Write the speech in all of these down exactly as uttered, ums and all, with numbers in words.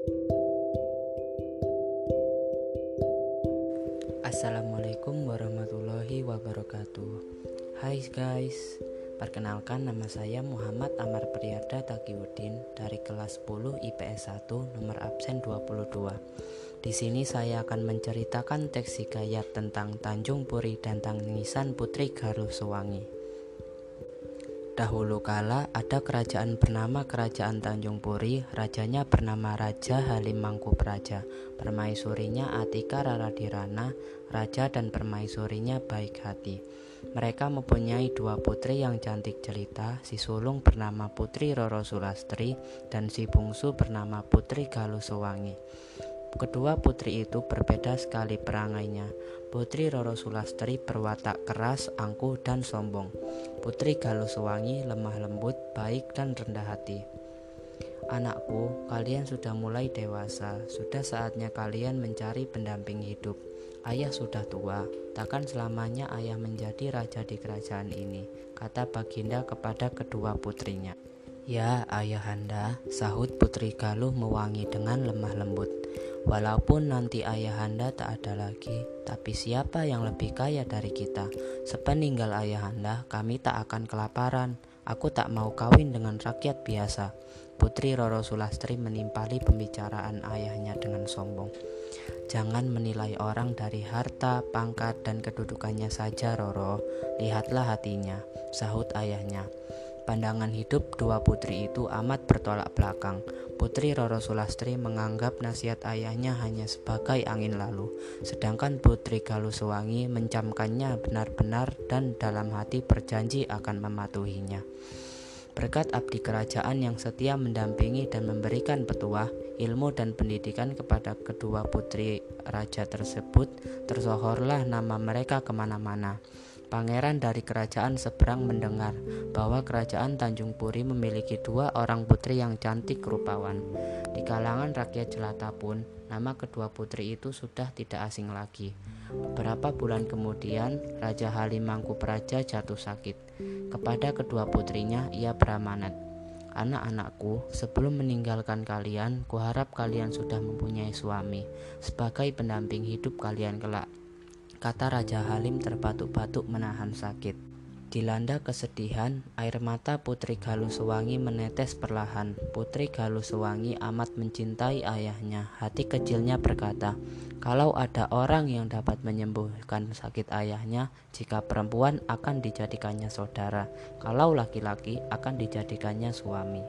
Assalamualaikum warahmatullahi wabarakatuh. Hai guys, perkenalkan nama saya Muhammad Amar Priyada Takiuddin dari kelas sepuluh I P S satu nomor absen dua puluh dua. Di sini saya akan menceritakan teks hikayat tentang Tanjung Puri dan tangisan Putri Galuh Sewangi. Dahulu kala ada kerajaan bernama Kerajaan Tanjung Puri. Rajanya bernama Raja Halim Mangkupraja, permaisurinya Atika Raradirana. Raja dan permaisurinya baik hati. Mereka mempunyai dua putri yang cantik jelita. Si sulung bernama Putri Roro Sulastri dan si bungsu bernama Putri Galuh Sewangi. Kedua putri itu berbeda sekali perangainya. Putri Roro Sulastri berwatak keras, angkuh, dan sombong. Putri Galuh Sewangi lemah lembut, baik, dan rendah hati. Anakku, kalian sudah mulai dewasa. Sudah saatnya kalian mencari pendamping hidup. Ayah sudah tua, takkan selamanya ayah menjadi raja di kerajaan ini, kata Baginda kepada kedua putrinya. Ya ayahanda, sahut Putri Galuh Mewangi dengan lemah lembut. Walaupun nanti ayahanda tak ada lagi, tapi siapa yang lebih kaya dari kita? Sepeninggal ayahanda, kami tak akan kelaparan. Aku tak mau kawin dengan rakyat biasa. Putri Roro Sulastri menimpali pembicaraan ayahnya dengan sombong. Jangan menilai orang dari harta, pangkat, dan kedudukannya saja, Roro. Lihatlah hatinya, sahut ayahnya. Pandangan hidup dua putri itu amat bertolak belakang. Putri Roro Sulastri menganggap nasihat ayahnya hanya sebagai angin lalu, sedangkan Putri Galuh Sewangi mencamkannya benar-benar dan dalam hati berjanji akan mematuhinya. Berkat abdi kerajaan yang setia mendampingi dan memberikan petuah, ilmu dan pendidikan kepada kedua putri raja tersebut, tersohorlah nama mereka kemana-mana. Pangeran dari kerajaan seberang mendengar bahwa kerajaan Tanjung Puri memiliki dua orang putri yang cantik rupawan. Di kalangan rakyat jelata pun, nama kedua putri itu sudah tidak asing lagi. Beberapa bulan kemudian, Raja Halim Mangkupraja jatuh sakit. Kepada kedua putrinya, ia beramanat, anak-anakku, sebelum meninggalkan kalian, kuharap kalian sudah mempunyai suami sebagai pendamping hidup kalian kelak. Kata Raja Halim terbatuk-batuk menahan sakit. Dilanda kesedihan, air mata Putri Galuh Sewangi menetes perlahan. Putri Galuh Sewangi amat mencintai ayahnya. Hati kecilnya berkata, kalau ada orang yang dapat menyembuhkan sakit ayahnya, jika perempuan akan dijadikannya saudara, kalau laki-laki akan dijadikannya suami.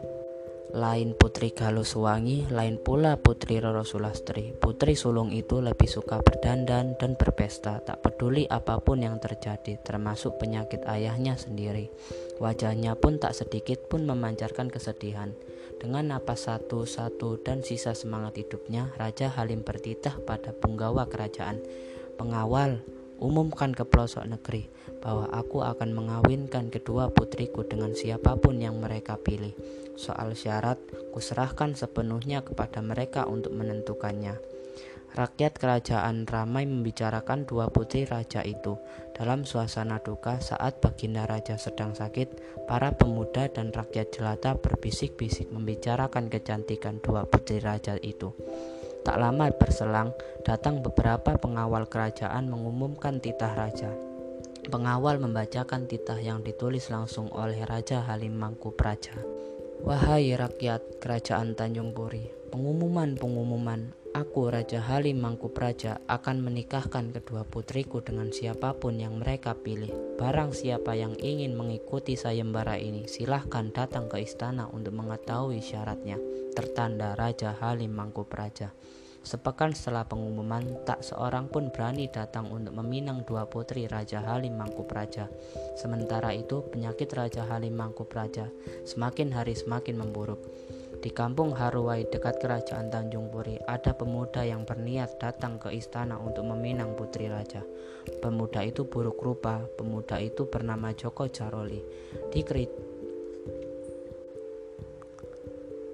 Lain Putri Galuh Sewangi, lain pula Putri Roro Sulastri. Putri sulung itu lebih suka berdandan dan berpesta, tak peduli apapun yang terjadi, termasuk penyakit ayahnya sendiri. Wajahnya pun tak sedikit pun memancarkan kesedihan. Dengan napas satu-satu dan sisa semangat hidupnya, Raja Halim bertitah pada punggawa kerajaan. Pengawal, umumkan ke pelosok negeri bahwa aku akan mengawinkan kedua putriku dengan siapapun yang mereka pilih. Soal syarat, kuserahkan sepenuhnya kepada mereka untuk menentukannya. Rakyat kerajaan ramai membicarakan dua putri raja itu. Dalam suasana duka saat Baginda Raja sedang sakit, para pemuda dan rakyat jelata berbisik-bisik membicarakan kecantikan dua putri raja itu. Tak lama berselang, datang beberapa pengawal kerajaan mengumumkan titah raja. Pengawal membacakan titah yang ditulis langsung oleh Raja Halim Mangkupraja. Wahai rakyat kerajaan Tanjung Puri, pengumuman-pengumuman, aku Raja Halim Mangkupraja akan menikahkan kedua putriku dengan siapapun yang mereka pilih. Barang siapa yang ingin mengikuti sayembara ini, silahkan datang ke istana untuk mengetahui syaratnya. Tertanda Raja Halim Mangkupraja. Sepekan setelah pengumuman, tak seorang pun berani datang untuk meminang dua putri Raja Halim Mangkupraja. Sementara itu, penyakit Raja Halim Mangkupraja semakin hari semakin memburuk. Di kampung Haruwai dekat kerajaan Tanjung Puri, ada pemuda yang berniat datang ke istana untuk meminang putri raja. Pemuda itu buruk rupa. Pemuda itu bernama Joko Jaroli. Dikrit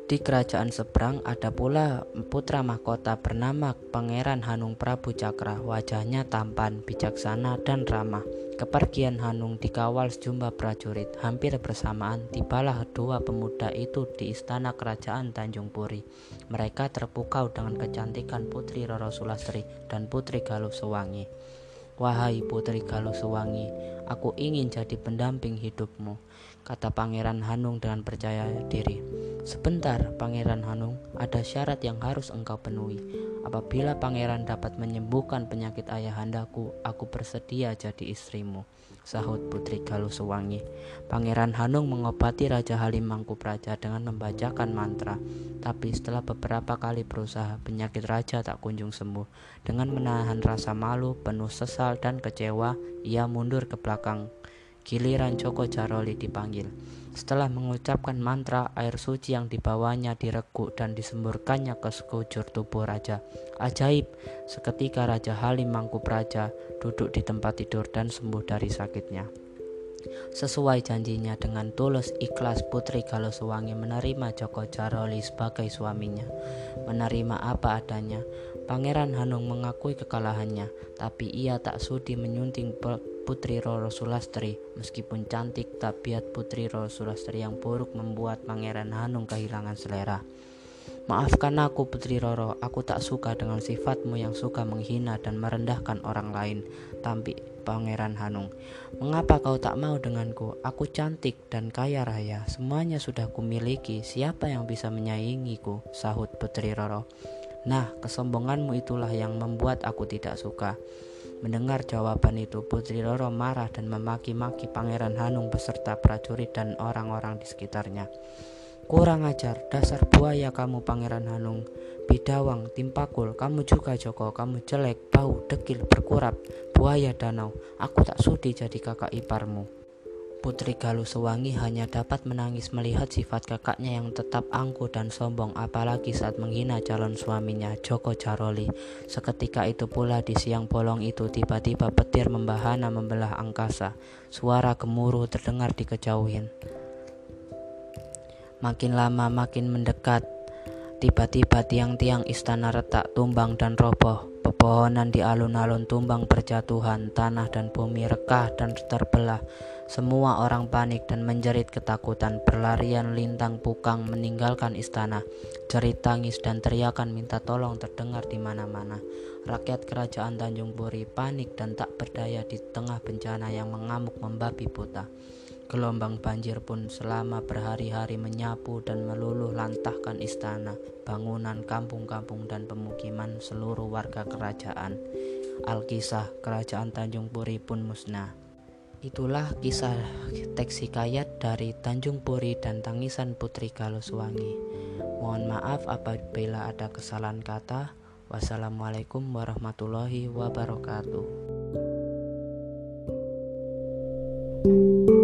Di kerajaan seberang ada pula putra mahkota bernama Pangeran Hanung Prabu Cakra. Wajahnya tampan, bijaksana, dan ramah. Kepergian Hanung dikawal sejumlah prajurit. Hampir bersamaan tibalah dua pemuda itu di istana kerajaan Tanjung Puri. Mereka terpukau dengan kecantikan Putri Roro Sulastri dan Putri Galuh Sewangi. "Wahai Putri Galuh Sewangi, aku ingin jadi pendamping hidupmu," kata Pangeran Hanung dengan percaya diri. "Sebentar, Pangeran Hanung, ada syarat yang harus engkau penuhi. Apabila pangeran dapat menyembuhkan penyakit ayahandaku, aku bersedia jadi istrimu," sahut Putri Galuh Sewangi. Pangeran Hanung mengobati Raja Halim Mangkupraja dengan membacakan mantra. Tapi setelah beberapa kali berusaha, penyakit raja tak kunjung sembuh. Dengan menahan rasa malu, penuh sesal dan kecewa, ia mundur ke belakang. Giliran Joko Jaroli dipanggil. Setelah mengucapkan mantra, air suci yang dibawanya direguk dan disemburkannya ke sekujur tubuh raja. Ajaib, seketika Raja Halim Mangkupraja duduk di tempat tidur dan sembuh dari sakitnya. Sesuai janjinya, dengan tulus ikhlas Putri Galuh Sewangi menerima Joko Jaroli sebagai suaminya. Menerima apa adanya, Pangeran Hanung mengakui kekalahannya, tapi ia tak sudi menyunting Putri Roro Sulastri. Meskipun cantik, tabiat Putri Roro Sulastri yang buruk membuat Pangeran Hanung kehilangan selera. "Maafkan aku, Putri Roro, aku tak suka dengan sifatmu yang suka menghina dan merendahkan orang lain," tampik Pangeran Hanung. "Mengapa kau tak mau denganku? Aku cantik dan kaya raya, semuanya sudah kumiliki, siapa yang bisa menyaingiku?" sahut Putri Roro. "Nah, kesombonganmu itulah yang membuat aku tidak suka." Mendengar jawaban itu, Putri Roro marah dan memaki-maki Pangeran Hanung beserta prajurit dan orang-orang di sekitarnya. "Kurang ajar, dasar buaya kamu Pangeran Hanung. Bidawang, Timpakul, kamu juga Joko, kamu jelek, bau, dekil, berkurap, buaya danau. Aku tak sudi jadi kakak iparmu." Putri Galuh Sewangi hanya dapat menangis melihat sifat kakaknya yang tetap angkuh dan sombong, apalagi saat menghina calon suaminya, Joko Jaroli. Seketika itu pula di siang bolong itu, tiba-tiba petir membahana membelah angkasa. Suara gemuruh terdengar di kejauhan. Makin lama makin mendekat. Tiba-tiba tiang-tiang istana retak, tumbang dan roboh. Pepohonan di alun-alun tumbang berjatuhan, tanah dan bumi rekah dan terbelah. Semua orang panik dan menjerit ketakutan, berlarian lintang pukang meninggalkan istana. Jerit tangis dan teriakan minta tolong terdengar di mana-mana. Rakyat kerajaan Tanjung Puri panik dan tak berdaya di tengah bencana yang mengamuk membabi buta. Gelombang banjir pun selama berhari-hari menyapu dan meluluh lantahkan istana, bangunan, kampung-kampung, dan pemukiman seluruh warga kerajaan. Alkisah kerajaan Tanjung Puri pun musnah. Itulah kisah teks hikayat dari Tanjung Puri dan tangisan Putri Galuh Sewangi. Mohon maaf apabila ada kesalahan kata. Wassalamualaikum warahmatullahi wabarakatuh.